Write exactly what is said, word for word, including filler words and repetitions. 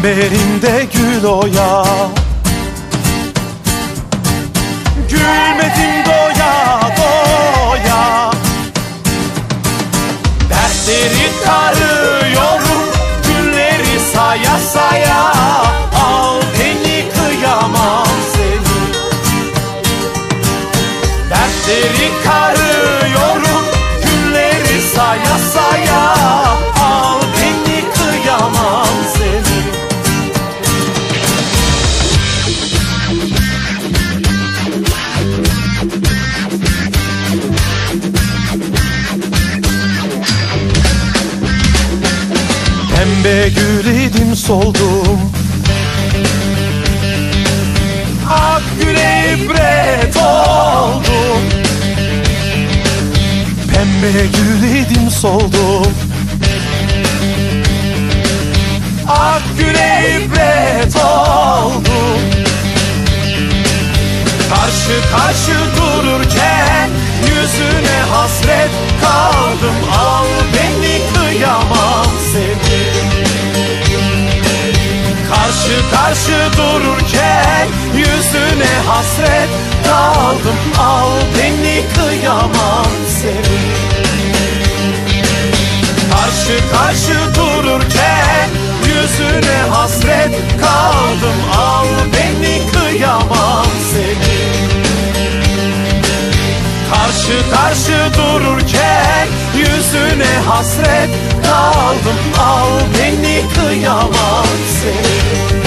çemberinde gül oya. Gülmedim doya doya, dertleri tarıyorum, günleri saya saya. Al beni, kıyamam seni. Dertleri karıyorum, günleri saya saya. Al beni, kıyamam seni. Pembe gül idim, soldum. Ak güle ibret oldum. Pembe gül idim, soldum. Ak güle ibret oldum. Karşı karşı dururken yüzüne hasret kaldım. Al beni, kıyamam seni. Karşı karşı dururken yüzüne hasret kaldım. Al beni, kıyamam seni. Karşı karşı dururken yüzüne hasret kaldım. Al beni, kıyamam seni. Karşı karşı dururken yüzüne hasret kaldım. Al beni, kıyamam seni.